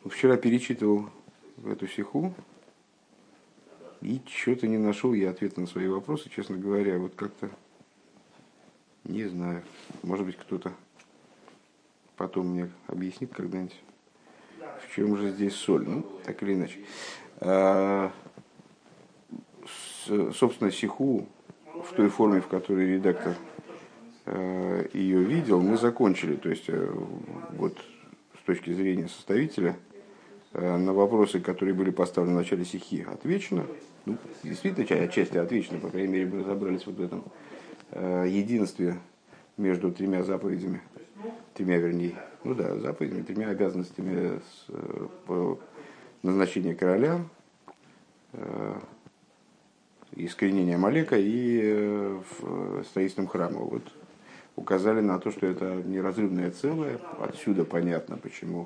Вчера перечитывал эту сиху и что-то не нашел я ответа на свои вопросы, честно говоря. Вот как-то не знаю. Может быть, кто-то потом мне объяснит когда-нибудь, в чем же здесь соль. Ну, так или иначе. Собственно, сиху в той форме, в которой редактор ее видел, мы закончили. То есть, вот с точки зрения составителя, на вопросы, которые были поставлены в начале стихи, отвечено. Ну, действительно, отчасти отвечено, по крайней мере, мы разобрались вот в этом единстве между тремя заповедями, заповедями, тремя обязанностями по назначению короля, искоренение Амалека и строительством храма. Вот указали на то, что это неразрывное целое. Отсюда понятно, почему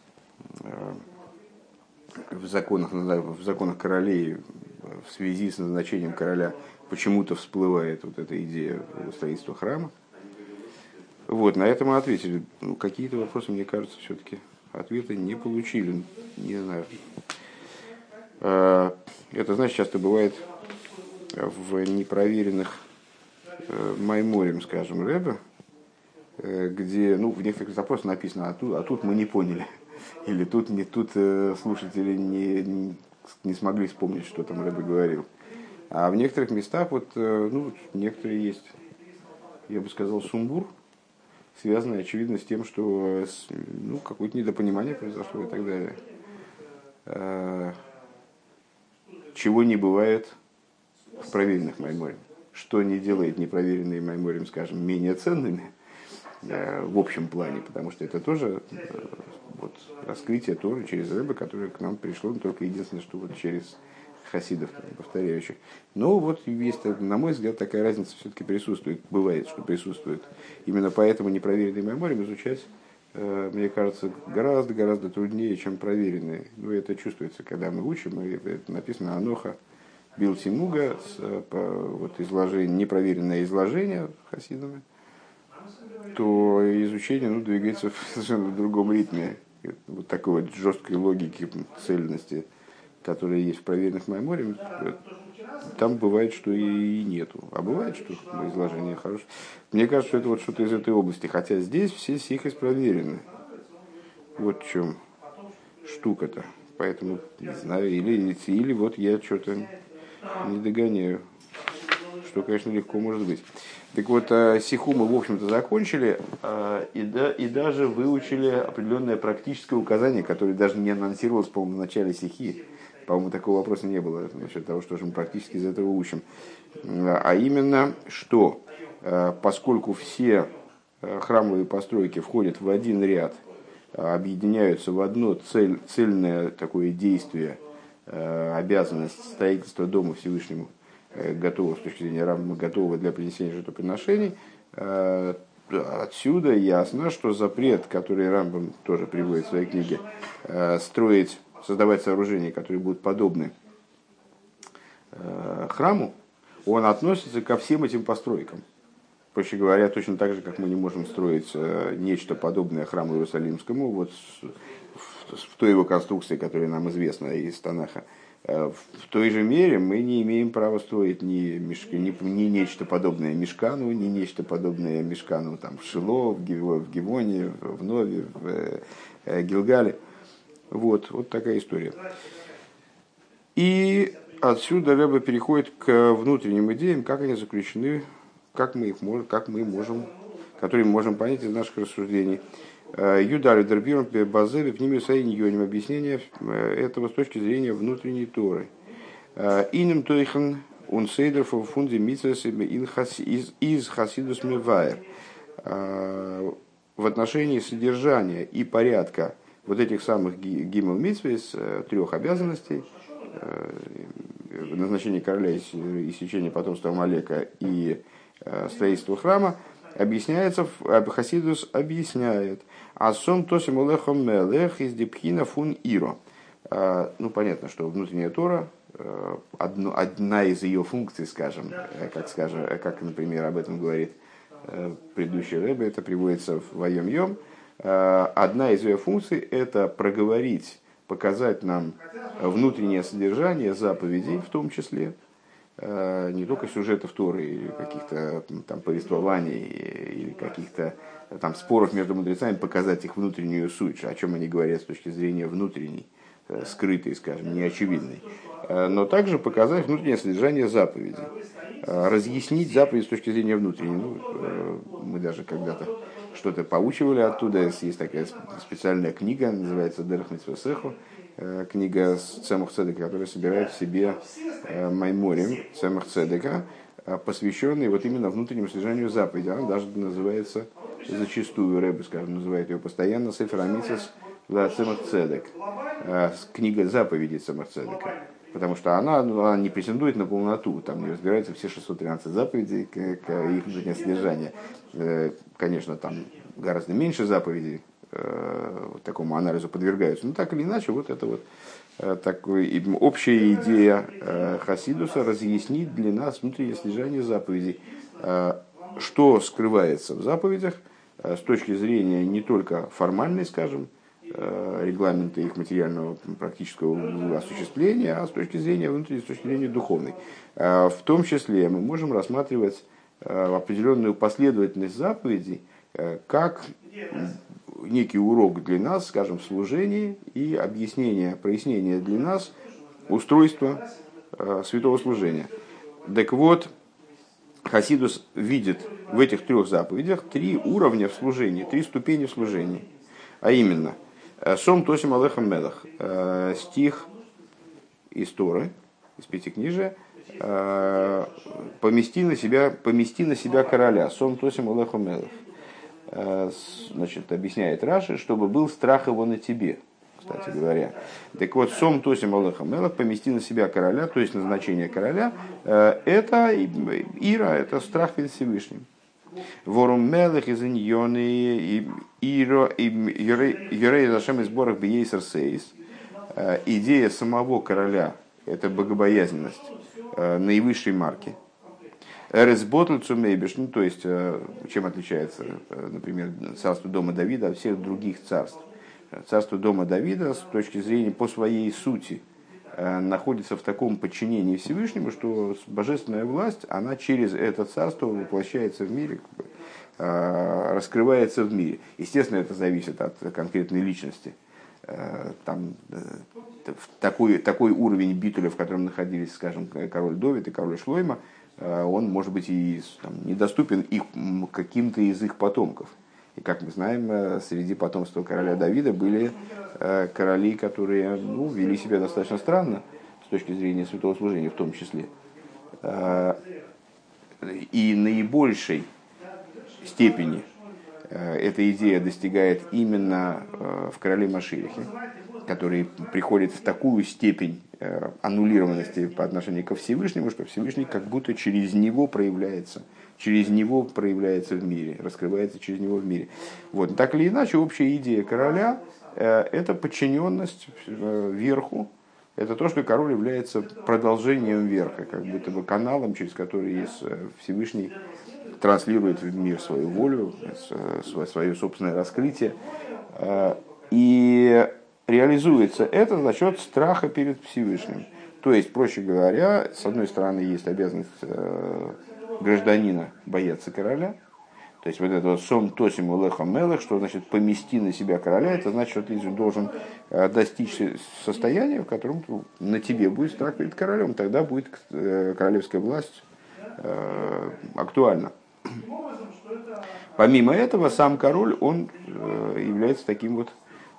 в законах королей в связи с назначением короля почему-то всплывает вот эта идея строительства храма. Вот, на это мы ответили. Ну, какие-то вопросы, мне кажется, все-таки ответы не получили. Не знаю. Это, значит, часто бывает в непроверенных майморем, скажем, рэбе, где, в некоторых запросах написано, а тут мы не поняли. Или тут слушатели не смогли вспомнить, что там рэбе говорил. А в некоторых местах, некоторые есть, я бы сказал, сумбур, связанный, очевидно, с тем, что какое-то недопонимание произошло и так далее. Чего не бывает в проверенных майморем. Что не делает непроверенные майморем, скажем, менее ценными в общем плане, потому что это тоже раскрытие Торы через рэбе, которое к нам пришло, только единственное, что через хасидов, повторяющих. Но есть, на мой взгляд, такая разница все-таки присутствует, бывает, что присутствует. Именно поэтому непроверенные майморем изучать, мне кажется, гораздо труднее, чем проверенные. Это чувствуется, когда мы учим, и это написано «Аноха Билтимуга», изложение, непроверенное изложение хасидами, то изучение двигается в совершенно другом ритме. Вот такой жесткой логики, цельности, которая есть в проверенных майморем, там бывает, что и нету. А бывает, что изложение хорошее. Мне кажется, что это что-то из этой области. Хотя здесь все сихи проверены. Вот в чем штука-то. Поэтому, не знаю, или я что-то не догоняю. Что, конечно, легко может быть. Так вот, сиху мы, в общем-то, закончили и даже выучили определенное практическое указание, которое даже не анонсировалось, по-моему, в начале сихи. По-моему, такого вопроса не было насчет того, что же мы практически из этого учим. А именно, что поскольку все храмовые постройки входят в один ряд, объединяются в одно цельное такое действие, обязанность строительства дома Всевышнему, готового с точки зрения Рамбама, готового для принесения жертвоприношений, отсюда ясно, что запрет, который Рамбам тоже приводит в своей книге, создавать сооружения, которые будут подобны храму, он относится ко всем этим постройкам. Проще говоря, точно так же, как мы не можем строить нечто подобное храму Иерусалимскому, в той его конструкции, которая нам известна из Танаха, в той же мере мы не имеем права строить ни нечто подобное Мишкану, ни нечто подобное Мишкану в Шило, в Гивоне, в Нове, в Гилгале. Вот такая история. И отсюда Ребе переходит к внутренним идеям, как они заключены, которые мы можем понять из наших рассуждений. Юдалю Дербиром Базелев в ними Сайньоним объяснение этого с точки зрения внутренней Торы. Инем Тойхан Унсейдер фунди Митсвес из Хасидус Мевайер. В отношении содержания и порядка этих самых гимл митсвес, трех обязанностей, назначение короля и сечение потомства Амалека и строительство храма, объясняется, Хасидус объясняет. Асом тосим олехом мелех из депхина фун иро. Понятно, что внутренняя Тора, одна из ее функций, как, например, об этом говорит предыдущий рэбе, это приводится в Вайом Йом, одна из ее функций – это проговорить, показать нам внутреннее содержание заповедей, в том числе, не только сюжетов Торы, или каких-то там повествований, или каких-то там споров между мудрецами, показать их внутреннюю суть, о чем они говорят с точки зрения внутренней, скрытой, скажем, неочевидной, но также показать внутреннее содержание заповедей, разъяснить заповедь с точки зрения внутренней. Мы даже когда-то что-то поучивали оттуда, есть такая специальная книга, называется «Дерех мицвот сехо», книга Цемах Цедека, которая собирает в себе майморим Цемах Цедека, посвященный вот именно внутреннему содержанию заповеди. Она даже называется, зачастую Рэбе, скажем, называет ее постоянно Сефер Амицвос ла Цемах Цедек, книга заповедей Цемах Цедека. Потому что она не претендует на полноту, там не разбираются все 613 заповедей, их внутреннее содержание. Конечно, там гораздо меньше заповедей такому анализу подвергаются. Но так или иначе, вот это вот такой, общая идея Хасидуса разъяснить для нас внутреннее содержание заповедей. Что скрывается в заповедях с точки зрения не только формальной, скажем, регламента их материального практического осуществления, а с точки зрения внутренней, с точки зрения духовной. В том числе мы можем рассматривать определенную последовательность заповедей как некий урок для нас, скажем, в служении и объяснение, прояснение для нас устройства святого служения. Так вот, Хасидус видит в этих трех заповедях три уровня в служении, три ступени в служении. А именно, Сом Тосим Алехам Мелах, стих из Торы, из Пятикнижия, помести на себя короля, Сом Тосим Алехам Мелах. Значит, объясняет Раши, чтобы был страх его на тебе, кстати говоря. Так вот, Сом Тосим Алехам Мелах, помести на себя короля, то есть назначение короля, это ира, это страх перед Всевышним. Ворум Мелах из иньоны иро юрей зашем из борах бейсер сейс. Идея самого короля – это богобоязненность наивысшей марки. Эресботл цумейбешн, то есть чем отличается, например, царство дома Давида от всех других царств. Царство дома Давида с точки зрения по своей сути находится в таком подчинении Всевышнему, что божественная власть, она через это царство воплощается в мире, раскрывается в мире. Естественно, это зависит от конкретной личности. Там такой уровень битуля, в котором находились, скажем, король Довид и король Шлойма, он, может быть, и недоступен каким-то из их потомков. И, как мы знаем, среди потомства короля Давида были короли, которые вели себя достаточно странно с точки зрения святого служения в том числе. И наибольшей степени эта идея достигает именно в короле Машиахе, который приходит в такую степень аннулированности по отношению ко Всевышнему, что Всевышний как будто через него проявляется в мире, раскрывается через него в мире. Вот. Так или иначе, общая идея короля – это подчиненность верху, это то, что король является продолжением верха, как будто бы каналом, через который Всевышний транслирует в мир свою волю, свое собственное раскрытие. И реализуется это за счет страха перед Всевышним. То есть, проще говоря, с одной стороны, есть обязанность гражданина бояться короля. То есть, вот это вот «сом тосим улехам мелех», что значит «помести на себя короля», это значит, что ты должен достичь состояния, в котором на тебе будет страх перед королем. Тогда будет королевская власть актуальна. Помимо этого, сам король, он является таким вот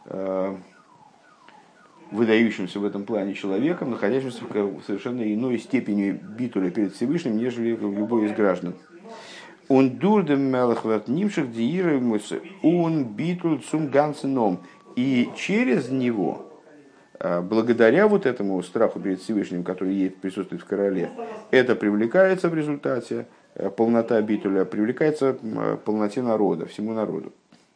выдающимся в этом плане человеком, находящимся в совершенно иной степени битуля перед Всевышним, нежели любой из граждан. Он дурдем мелахват нимших диируемся, он битуль цум гансеном. И через него, благодаря вот этому страху перед Всевышним, который присутствует в короле, это привлекается в результате, полнота битуля, привлекается полноте народа, всему народу.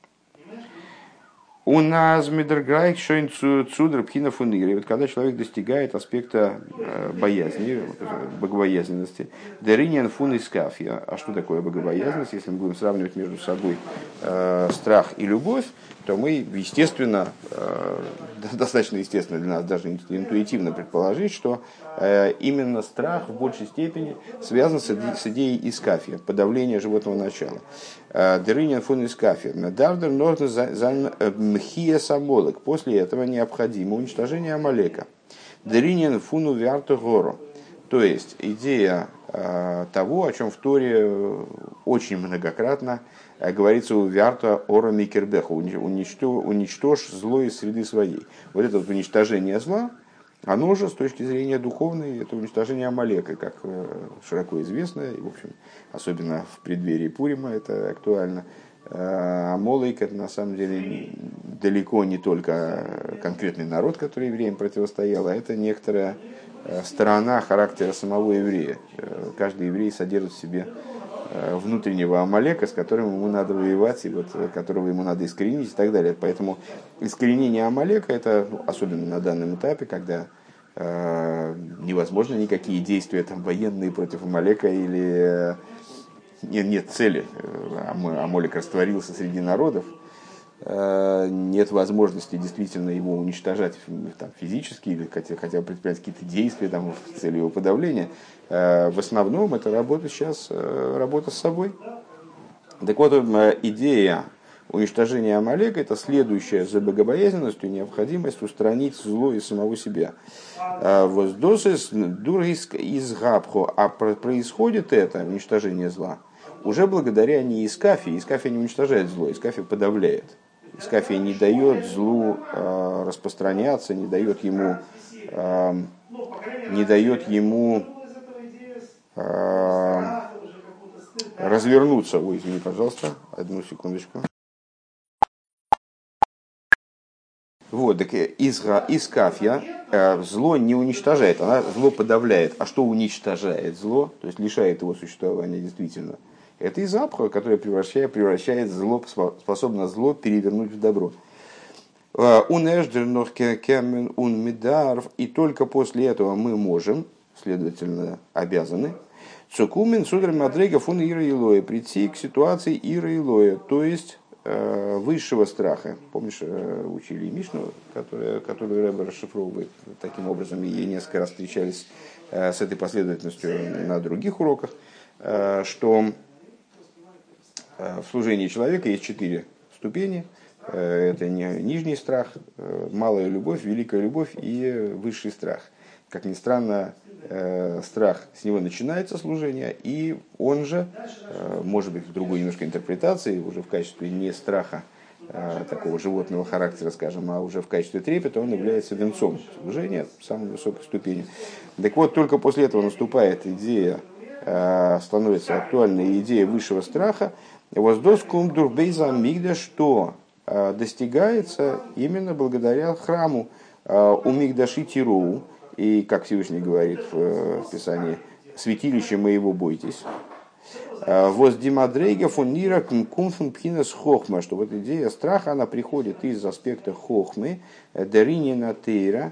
У нас мидерграйк шойн цудр пхина фунигри. Вот когда человек достигает аспекта боязни, богобоязненности, дериньян фун искафия. А что такое богобоязненность? Если мы будем сравнивать между собой страх и любовь, то мы, естественно, достаточно естественно для нас даже интуитивно предположить, что именно страх в большей степени связан с идеей искафия, подавления животного начала. Деринин фун искафия. Дардер норден зан мхия самолек. После этого необходимо уничтожение Амалека. Деринин фуну вярту гору. То есть идея того, о чем в Торе очень многократно говорится у Вярта Ора Микербеха, уничтожь зло из среды своей. Вот это вот уничтожение зла, оно же с точки зрения духовной, это уничтожение Амалека, как широко известно, и, в общем, особенно в преддверии Пурима это актуально. Амалек это на самом деле далеко не только конкретный народ, который евреям противостоял, а это некоторая сторона характера самого еврея. Каждый еврей содержит в себе внутреннего Амалека, с которым ему надо воевать, и вот, которого ему надо искоренить и так далее. Поэтому искоренение Амалека, это особенно на данном этапе, когда невозможно никакие действия там, военные против Амалека или нет цели. Амалек растворился среди народов. Нет возможности действительно его уничтожать там, физически или хотя бы предпринять какие-то действия там, в цели его подавления. В основном это работа сейчас, работа с собой. Так вот, идея уничтожения Амалека – это следующая за богобоязненностью необходимость устранить зло из самого себя. Воздосис дургиск из габху. А происходит это, уничтожение зла, уже благодаря не Искафии. Искафия не уничтожает зло, Искафия подавляет. Искафия не дает злу распространяться, не дает ему развернуться. Ой, извини, пожалуйста, одну секундочку. Вот, так Искафия зло не уничтожает, она зло подавляет. А что уничтожает зло, то есть лишает его существования действительно? Это и запах, который превращает зло, способно зло перевернуть в добро. И только после этого мы можем, следовательно, обязаны, цукумен судр мадрега фун ира илоя, прийти к ситуации ира илоя, то есть высшего страха. Помнишь, учили Мишну, которую Рэбе расшифровывает таким образом, и несколько раз встречались с этой последовательностью на других уроках, что в служении человека есть 4 ступени. Это нижний страх, малая любовь, великая любовь и высший страх. Как ни странно, страх, с него начинается служение, и он же, может быть, в другой немножко интерпретации, уже в качестве не страха такого животного характера, скажем, а уже в качестве трепета, он является венцом служения, самой высокой ступени. Так вот, только после этого наступает идея, становится актуальной идея высшего страха, воздоскум дурбейза мигда, что достигается именно благодаря храму у Мигдаши Тироу, и, как Всевышний говорит в Писании, святилище моего бойтесь. Воздимадрейга фунира кумфун пхинас хохма, что вот идея страха, она приходит из аспекта хохмы, даринина тейра,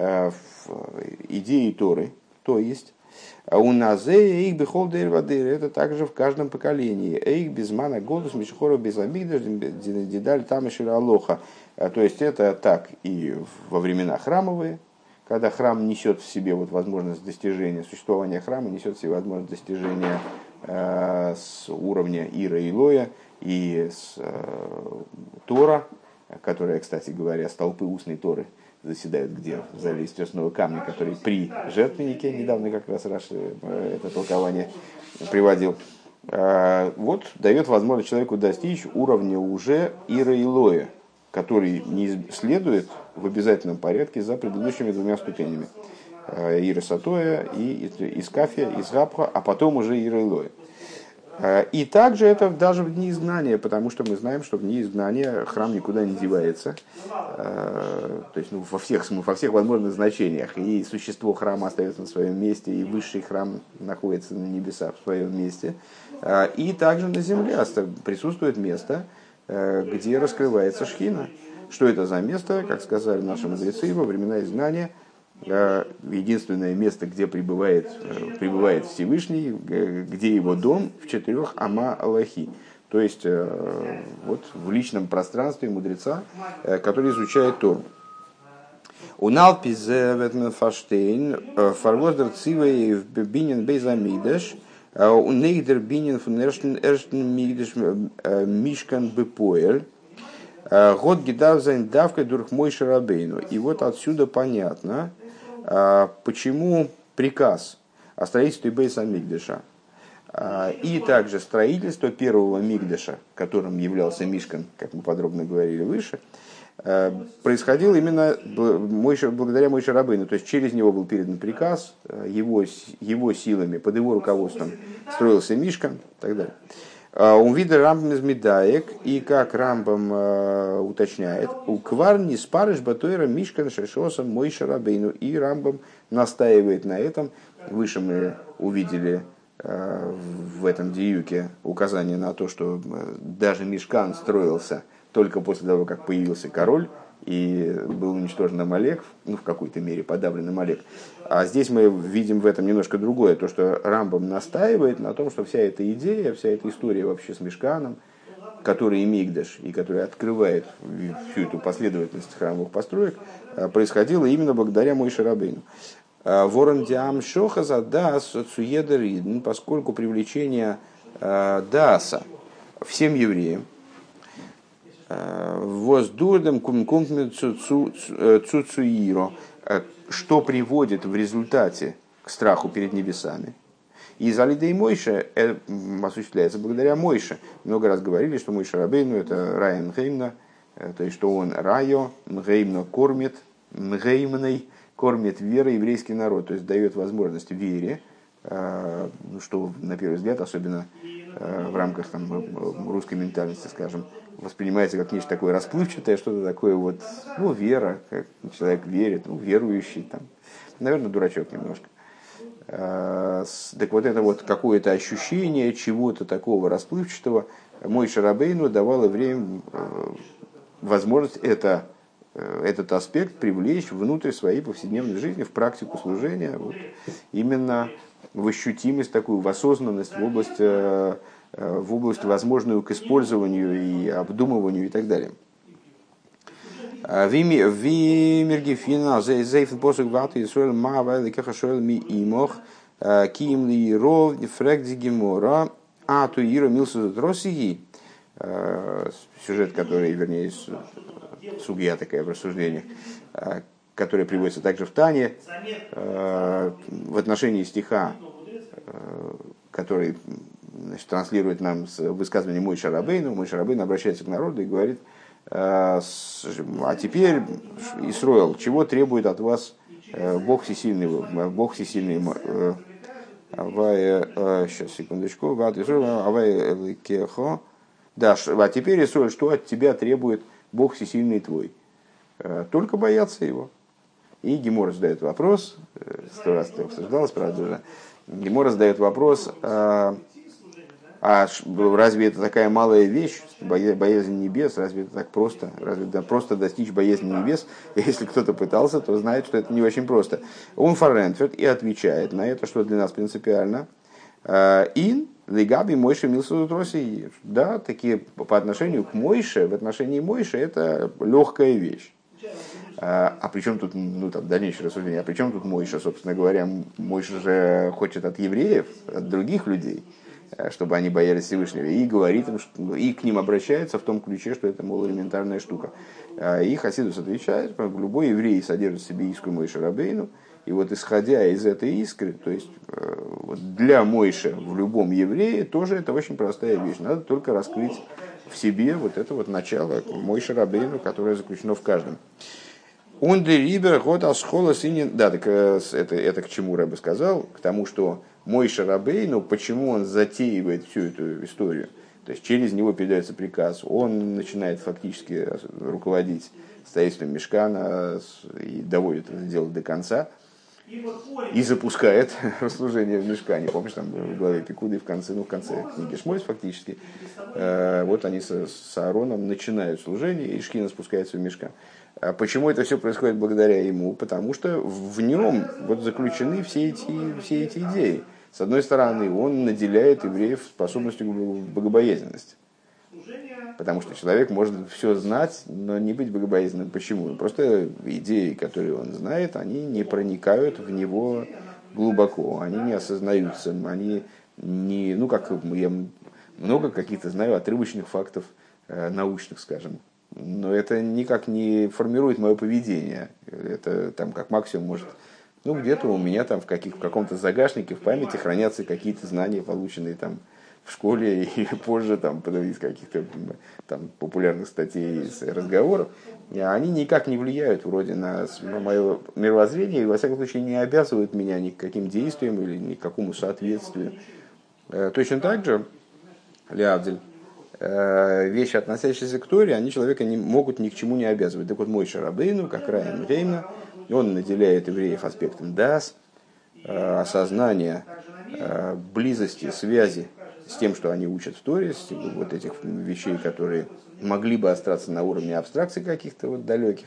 идеи Торы, то есть у нас эйх бихол дервадыр, это также в каждом поколении. Эйх безмана голос мишхора без амигдаш дедаль там и алоха. То есть это так и во времена храмовые, когда храм несет в себе вот возможность достижения, существование храма несет в себе возможность достижения с уровня Ира и Лоя и с Тора, которая, кстати говоря, столпы устной Торы заседают где? В зале из тесного камня, который при жертвеннике, недавно как раз Раши это толкование приводил, вот дает возможность человеку достичь уровня уже Ира и Лоя, который не следует в обязательном порядке за предыдущими 2 ступенями. Ира Сатоя и Искафия, Изгабха, а потом уже Ира и Лоя. И также это даже в дни изгнания, потому что мы знаем, что в дни изгнания храм никуда не девается, то есть во всех возможных значениях. И существо храма остается на своем месте, и высший храм находится на небесах в своем месте. И также на земле присутствует место, где раскрывается шхина. Что это за место, как сказали наши мудрецы, во времена изгнания, единственное место, где пребывает Всевышний, где его дом, в 4 ама Аллахи. то есть вот в личном пространстве мудреца, который изучает Тору. У Налпиз Ветменфаштейн Фарвоздер Цивей в Бинин Бейзамидеш у Нейдер Бинин фун Эрштен Мигдеш Мишкан Бепоэль год гидавзайн давкой дурх мой шарабейну. И вот отсюда понятно, почему приказ о строительстве Бейса Мигдеша и также строительство первого Мигдеша, которым являлся Мишкан, как мы подробно говорили выше, происходило именно благодаря Моше Рабейну, то есть через него был передан приказ, его силами, под его руководством строился Мишкан и так далее. Он видит Рамбам из Медаек, и как Рамбам уточняет, у Кварни спарыш батойра Мишкан шешоса Моше Рабейну, и Рамбам настаивает на этом. Выше мы увидели в этом диюке указание на то, что даже Мишкан строился только после того, как появился король и был уничтожен Амалек, ну, в какой-то мере подавлен Амалек. А здесь мы видим в этом немножко другое, то, что Рамбам настаивает на том, что вся эта идея, вся эта история вообще с Мишканом, который и Мигдаш, и который открывает всю эту последовательность храмовых построек, происходила именно благодаря Моше Рабейну. Ворон диам шоха за дас цуеда ридн, поскольку привлечение даса всем евреям, воздурдам кумкумтме цуцуиро, что приводит в результате к страху перед небесами. И залидей Мойше осуществляется благодаря Мойше. Много раз говорили, что Моше Рабейну это Райан Геймна, то есть что он Райо, Мгеймна кормит, Мгеймной кормит верой еврейский народ, то есть дает возможность вере, что на первый взгляд, особенно в рамках там, русской ментальности, скажем, воспринимается как нечто такое расплывчатое, что-то такое вот, ну, вера, как человек верит, ну, верующий, там, наверное, дурачок немножко. Так вот это вот какое-то ощущение чего-то такого расплывчатого Моше Рабейну давало время, возможность этот аспект привлечь внутрь своей повседневной жизни, в практику служения, вот, именно в ощутимость такую, в осознанность, в область возможную к использованию и обдумыванию и так далее. Вимергифина зейфен посук вату Исраэль маавай лекеха шоэл ми имох киим ли ров фрэгди гемора ату иро милсу тросиги. Сюжет, который, вернее, сугья такая в рассуждениях, которая приводится также в Тане, в отношении стиха, который, значит, транслирует нам высказывание Моше Рабейну. Моше Рабейну обращается к народу и говорит: а теперь, Исроэл, чего требует от вас Бог Всесильный, сейчас, секундочку, да, а теперь, Исроэль, что от тебя требует Бог Всесильный твой? Только бояться его. И Гемора задает вопрос, 100 раз это обсуждалось, правда же, Гемора задает вопрос: а разве это такая малая вещь, боязнь небес, разве это так просто? Разве это просто достичь боязни небес? Если кто-то пытался, то знает, что это не очень просто. Он фарентферт и отвечает на это, что для нас принципиально. Ин легаби Мойше милсу троси. Да, такие по отношению к Мойше, в отношении Мойше это легкая вещь. А при чем тут, ну, там, дальнейшее рассуждение, а при чем тут Мойша, собственно говоря? Мойша же хочет от евреев, от других людей, чтобы они боялись Всевышнего, и говорит им, и к ним обращается в том ключе, что это, мол, элементарная штука. И Хасидус отвечает: любой еврей содержит в себе искру Моше Рабейну, и вот исходя из этой искры, то есть вот для Мойше в любом еврее тоже это очень простая вещь, надо только раскрыть в себе вот это вот начало Моше Рабейну, которое заключено в каждом. Он дерибер год асхола синин. Да, так это к чему Рэбе сказал? К тому, что Моше Рабейну, почему он затеивает всю эту историю? То есть через него передается приказ, он начинает фактически руководить строительством Мишкана и доводит это дело до конца. И запускает служение в Мишкане. Помнишь, там в главе Пикуды в конце книги Шмойс фактически, вот они с Аароном начинают служение, и Шхина спускается в Мишкан. А почему это все происходит благодаря ему? Потому что в нем вот заключены все эти идеи. С одной стороны, он наделяет евреев способностью к богобоязненности. Потому что человек может все знать, но не быть богобоязненным. Почему? Просто идеи, которые он знает, они не проникают в него глубоко, они не осознаются, они не, ну как я много каких-то знаю отрывочных фактов научных, скажем, но это никак не формирует мое поведение. Это там как максимум может, ну где-то у меня там в каком-то загашнике в памяти хранятся какие-то знания, полученные там в школе или позже там из каких-то там популярных статей, из разговоров, они никак не влияют вроде на мое мировоззрение и, во всяком случае, не обязывают меня ни к каким действиям или ни к какому соответствию. Точно так же, Леавдиль, вещи, относящиеся к Торе, они человека не могут ни к чему не обязывать. Так вот, Мойше Рабейну, как Раим Рейна, он наделяет евреев аспектом дас, осознания близости, связи с тем, что они учат в Торе, с вот этих вещей, которые могли бы остаться на уровне абстракций каких-то вот далеких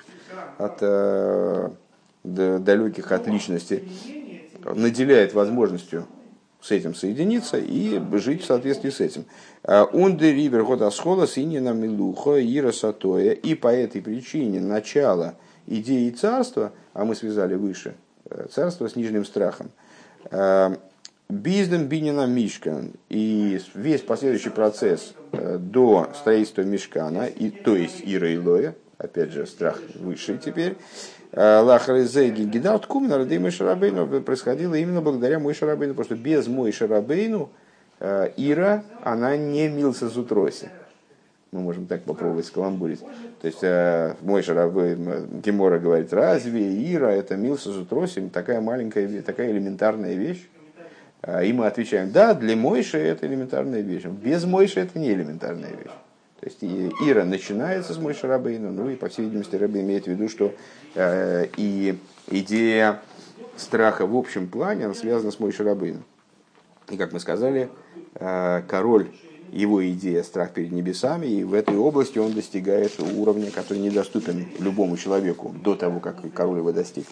от личности, наделяет возможностью с этим соединиться и жить в соответствии с этим. Унде ривер годасхола синина милуха ира сатоя. И по этой причине начало идеи царства, а мы связали выше царство с нижним страхом, Биздем бинина мишкан, и весь последующий процесс до строительства мишкана, и, то есть Ира и Лоя, опять же страх высший теперь, Лахарезеги Гидалт Кумна Радей Мойше Рабейну происходило именно благодаря Мойше Рабейну, потому что без Мойше Рабейну Ира, она не милса зутроси. Мы можем так попробовать скаламбурить. То есть Мойше Рабейну, Гемора говорит, разве Ира это милса зутроси, такая маленькая, такая элементарная вещь? И мы отвечаем, да, для Мойши это элементарная вещь. Без Мойши это не элементарная вещь. То есть Ира начинается с Мойши Рабейну, ну и по всей видимости Рабби имеет в виду, что и идея страха в общем плане, она связана с Мойши Рабейну. И как мы сказали, король, его идея страх перед небесами, и в этой области он достигает уровня, который недоступен любому человеку до того, как король его достиг.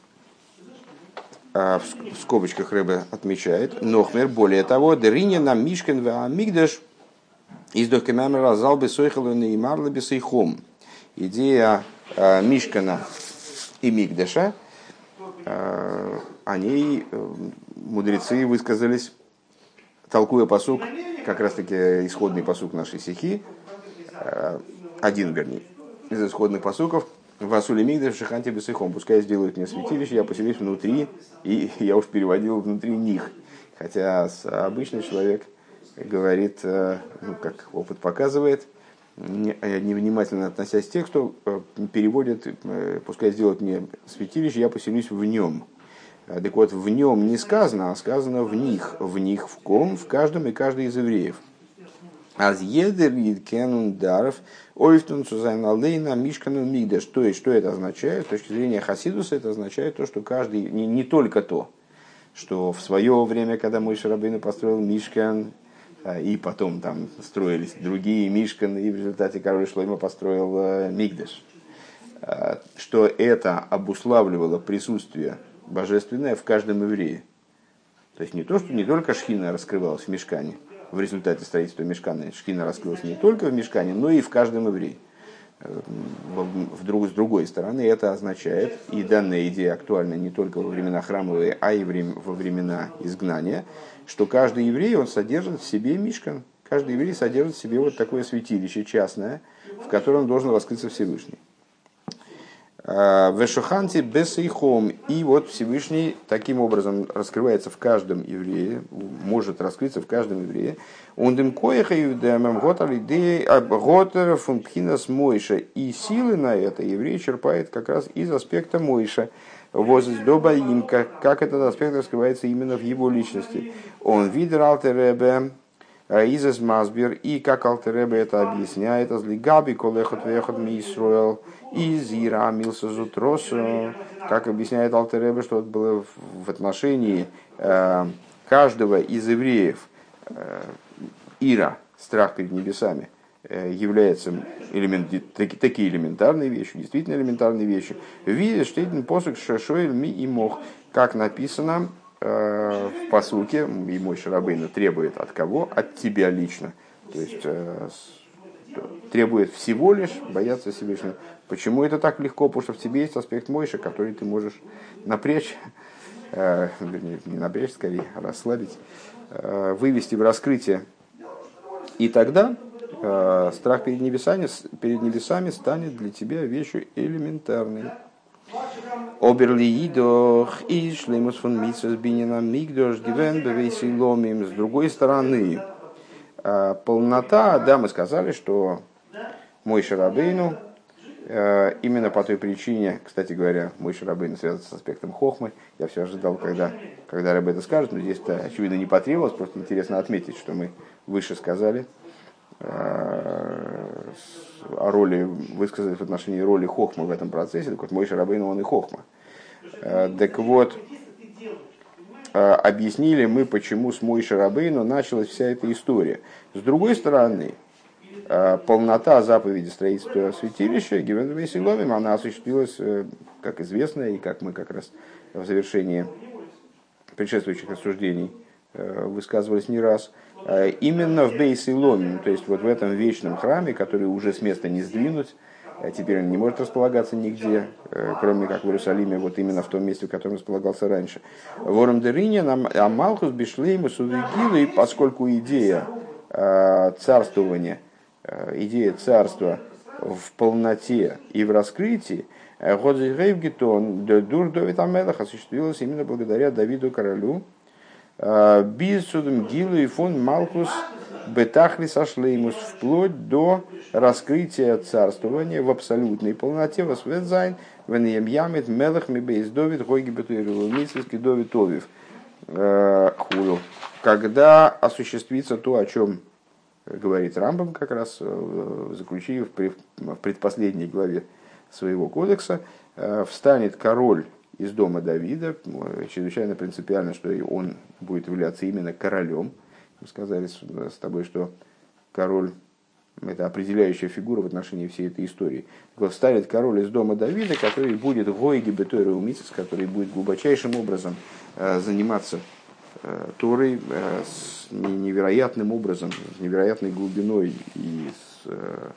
В скобочках Ребе отмечает, Нохмер, более того, Деринья на Мишкен в Амигдаш из Дохкемамер разал бы Сойхалу и Марла Бесейхом. Идея Мишкана и Мигдаша, о ней мудрецы высказались, толкуя пасук, как раз таки исходный пасук нашей сихи, один, вернее, из исходных пасуков, Васули Мигдаш Шиханти Бесейхом. Пускай сделают мне святилище, я поселюсь внутри, и я уж переводил внутри них. Хотя обычный человек говорит, ну, как опыт показывает, невнимательно относясь к тексту, переводит, пускай сделают мне святилище, я поселюсь в нем. Так вот, в нем не сказано, а сказано в них в ком, в каждом и каждый из евреев. Аз едер кенун даров ойфтун сузайн алейна мишкану мигдаш. То есть, что это означает? С точки зрения Хасидуса, это означает то, что каждый, не только то, что в свое время, когда Мойше Рабейну построил мишкан, и потом там строились другие мишканы, и в результате король Шлоймо построил мигдаш, что это обуславливало присутствие божественное в каждом еврее. То есть не то, что не только шхина раскрывалась в мишкане, в результате строительства мишкана шхина раскрылась не только в мишкане, но и в каждом еврее. С другой стороны, это означает, и данная идея актуальна не только во времена храмовые, а и во времена изгнания, что каждый еврей, он содержит в себе мишкан, каждый еврей содержит в себе вот такое святилище частное, в котором должен раскрыться Всевышний. Вешуханти бесейхом. И вот Всевышний таким образом раскрывается в каждом еврее, может раскрыться в каждом еврее. И силы на это еврей черпает как раз из аспекта Мойша. Им, как этот аспект раскрывается именно в его личности. Он видер алтеребе Изас Масбир, и как Алтеребе это объясняет, аз лигаби колехот вехот мисруэл из Ира Милса Зутросу, как объясняет Алтеребе, что это было в отношении каждого из евреев Ира, страх перед небесами, является такие элементарные вещи, действительно элементарные вещи. Видишь, штейтен посук шашоэль ми и мох, как написано в пасуке, и Мойше Рабейну требует от кого? От тебя лично. То есть что требует всего лишь бояться Всевышнего. Почему это так легко? Потому что в тебе есть аспект Мойши, который ты можешь напрячь, вернее, не напрячь, скорее, расслабить, вывести в раскрытие. И тогда страх перед небесами станет для тебя вещью элементарной. Оберлиидох и шлемус фон митсвес бинина мигдош гивен бевейси ломим. С другой стороны, полнота, да, мы сказали, что Мойше Рабейну, именно по той причине, кстати говоря, Мойше Рабейну связан с аспектом хохмы. Я все ожидал, когда Раб это скажет, но здесь-то, очевидно, не потребовалось, просто интересно отметить, что мы выше сказали о роли, высказали в отношении роли хохмы в этом процессе. Так вот, Мойше Рабейну, он и хохма. Так вот, объяснили мы, почему с Мойше Рабейну началась вся эта история. С другой стороны, полнота заповеди строительства святилища, Гивен Ломим, она осуществилась, как известно, и как мы как раз в завершении предшествующих рассуждений высказывались не раз, именно в Бейс Ломим, то есть вот в этом вечном храме, который уже с места не сдвинуть, теперь он не может располагаться нигде, кроме как в Иерусалиме, вот именно в том месте, в котором располагался раньше. Вором Дерине, Амалхус, Бишлейму, Сувигилу, и поскольку идея царствования, идея царства в полноте и в раскрытии, Годзигейвгитон, Дур Довид Амелах осуществилась именно благодаря Давиду королю, Бизсудом Гилу и фон Малхус Бетахли Сашлеймус, вплоть до раскрытия царствования в абсолютной полноте, Восветзайн, Венеем Ямит, Мелах, Мибейс Довид, Гойги Бетуиру, Мицвиски Довид Овив, Хулю. Когда осуществится то, о чем говорит Рамбам как раз в заключении, в предпоследней главе своего кодекса, встанет король из дома Давида, чрезвычайно принципиально, что он будет являться именно королем. Мы сказали с тобой, что король – это определяющая фигура в отношении всей этой истории. Так вот, встанет король из дома Давида, который будет гойги бетойры умицис, который будет глубочайшим образом заниматься Торой с невероятным образом, с невероятной глубиной и с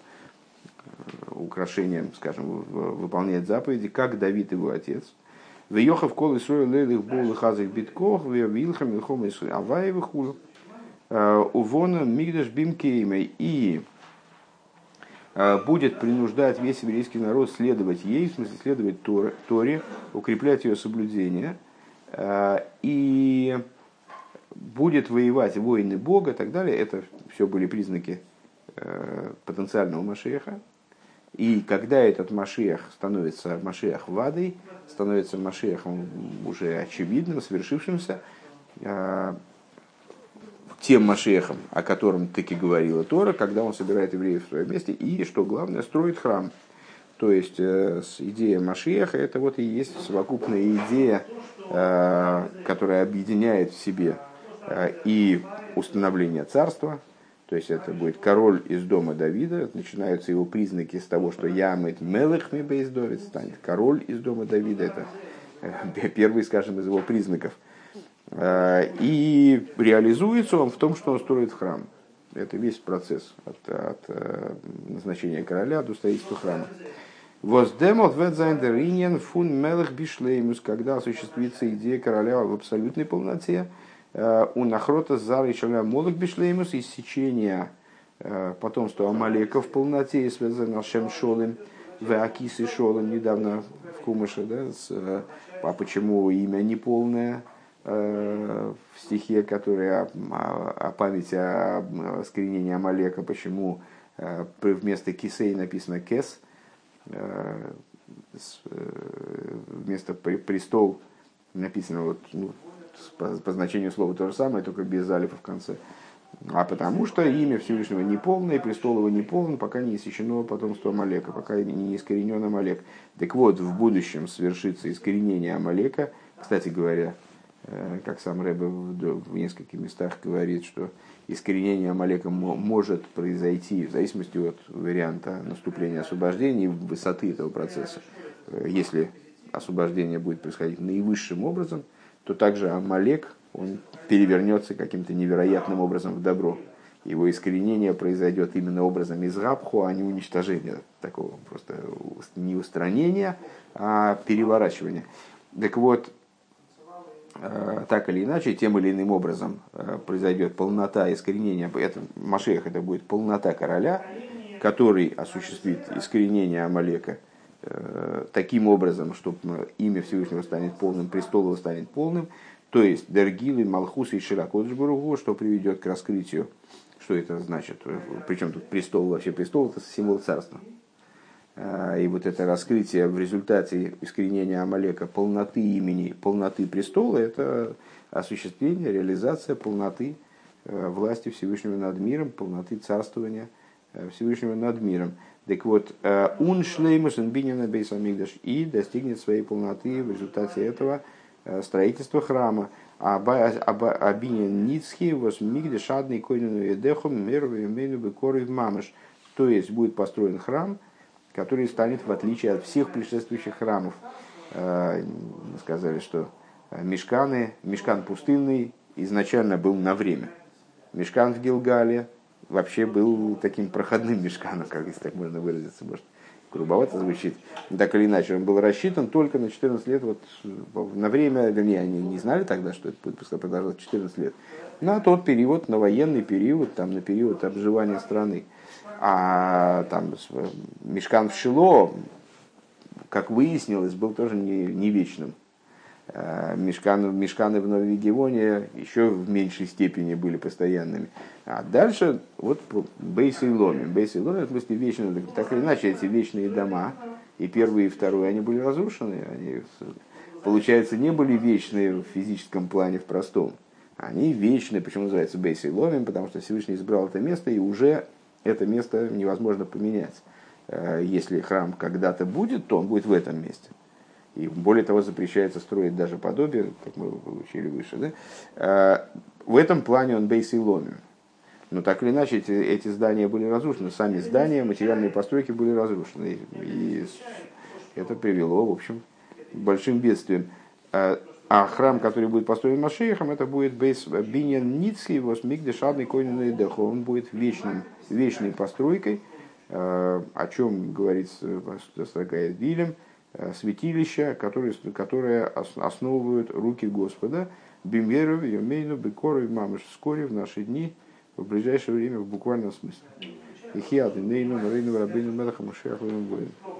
украшением, скажем, выполняет заповеди, как Давид его отец. Вьехав кол Исроил лейлих бул хазых биткох, вилхам илхом Исроил аваевых хул, увона мигдаш бимкеймей, и будет принуждать весь еврейский народ следовать ей, в смысле следовать Торе, укреплять ее соблюдение, и будет воевать воины Бога и так далее. Это все были признаки потенциального Машиаха. И когда этот Машиах становится Машиах Вадой, становится Машиахом уже очевидным, свершившимся, тем Машиахом, о котором таки говорила Тора, когда он собирает евреев в своем месте и, что главное, строит храм. То есть идея Машиаха — это вот и есть совокупная идея, которая объединяет в себе и установление царства. То есть это будет король из дома Давида. Начинаются его признаки с того, что Ямет Мелех Мибейс Довид, станет король из дома Давида. Это первый, скажем, из его признаков. И реализуется он в том, что он строит храм. Это весь процесс от назначения короля до строительства храма. Воздемот ведзайндериньен фун мелех бишлеймус, когда осуществится идея короля в абсолютной полноте, у нахрота зары шаля молех бишлеймус, иссечения потомства Амалека в полноте, и связано с Шем Шолем, в Акисы Шолем, недавно в Кумыше, да, а почему имя неполное в стихе, который о памяти о искоренении Амалека, почему вместо Кисей написано Кес, вместо престол написано вот, ну, по значению слова то же самое, только без алифа в конце. А потому что имя Всевышнего неполное, престол его неполн, пока не иссечено потомство Амалека, пока не искоренен Амалек. Так вот, в будущем свершится искоренение Амалека. Кстати говоря, как сам Рэбе в нескольких местах говорит, что искоренение Амалека может произойти в зависимости от варианта наступления освобождения и высоты этого процесса. Если освобождение будет происходить наивысшим образом, то также Амалек, он перевернется каким-то невероятным образом в добро. его искоренение произойдет именно образом изгабху, а не уничтожения, такого просто не устранения, а переворачивания. Так вот, так или иначе, тем или иным образом произойдет полнота искоренения. Машиах это будет полнота короля, который осуществит искоренение Амалека таким образом, чтобы имя Всевышнего станет полным, престол его станет полным, то есть Дергилы, Малхус и Ширакодж Баругу, что приведет к раскрытию. Что это значит? Причем тут престол, вообще престол это символ царства. И вот это раскрытие в результате искоренения Амалека полноты имени, полноты престола, это осуществление, реализация полноты власти Всевышнего над миром, полноты царствования Всевышнего над миром. Так вот, уншлеймашен бинина бейсамигдаш, и достигнет своей полноты в результате этого строительства храма. Абинин ницхи восмигдаш адный койнину едехом меру имейну бекоры мамыш. То есть будет построен храм, который станет в отличие от всех предшествующих храмов. Мы сказали, что мишкан пустынный изначально был на время. Мишкан в Гилгале вообще был таким проходным мишканом, как если так можно выразиться, может, грубовато звучит. Но так или иначе, он был рассчитан только на 14 лет, вот, на время, вернее, они не знали тогда, что это будет продолжаться 14 лет, на тот период, на военный период, там, на период обживания страны. А там мишкан в Шило, как выяснилось, был тоже не вечным. Мишканы в Новой Гевоне еще в меньшей степени были постоянными. А дальше вот Бейс и Ломим. Бейс и Ломим, в смысле, вечные. Так или иначе, эти вечные дома, и первый, и второй, они были разрушены. Они, получается, не были вечные в физическом плане, в простом. Они вечные. Почему называется Бейс и Ломим? Потому что Всевышний избрал это место, и уже это место невозможно поменять. Если храм когда-то будет, то он будет в этом месте. И более того, запрещается строить даже подобие, как мы учили выше. Да? В этом плане он бейс и ломим. Но так или иначе, эти здания были разрушены. Сами здания, материальные постройки были разрушены. И это привело, в общем, к большим бедствиям. А храм, который будет построен Машиахом, это будет бейс биньян ницкий, восмигдеш адный койнен идехо. Он будет вечной постройкой, о чем говорит Строгает Вилем, святилища, которые основывают руки Господа, бимеру, йомейну, бекору и мамыш, вскоре, в наши дни, в ближайшее время, в буквальном смысле. Ихиад, нейну, нарейну, рабейну, мелаха, машиах,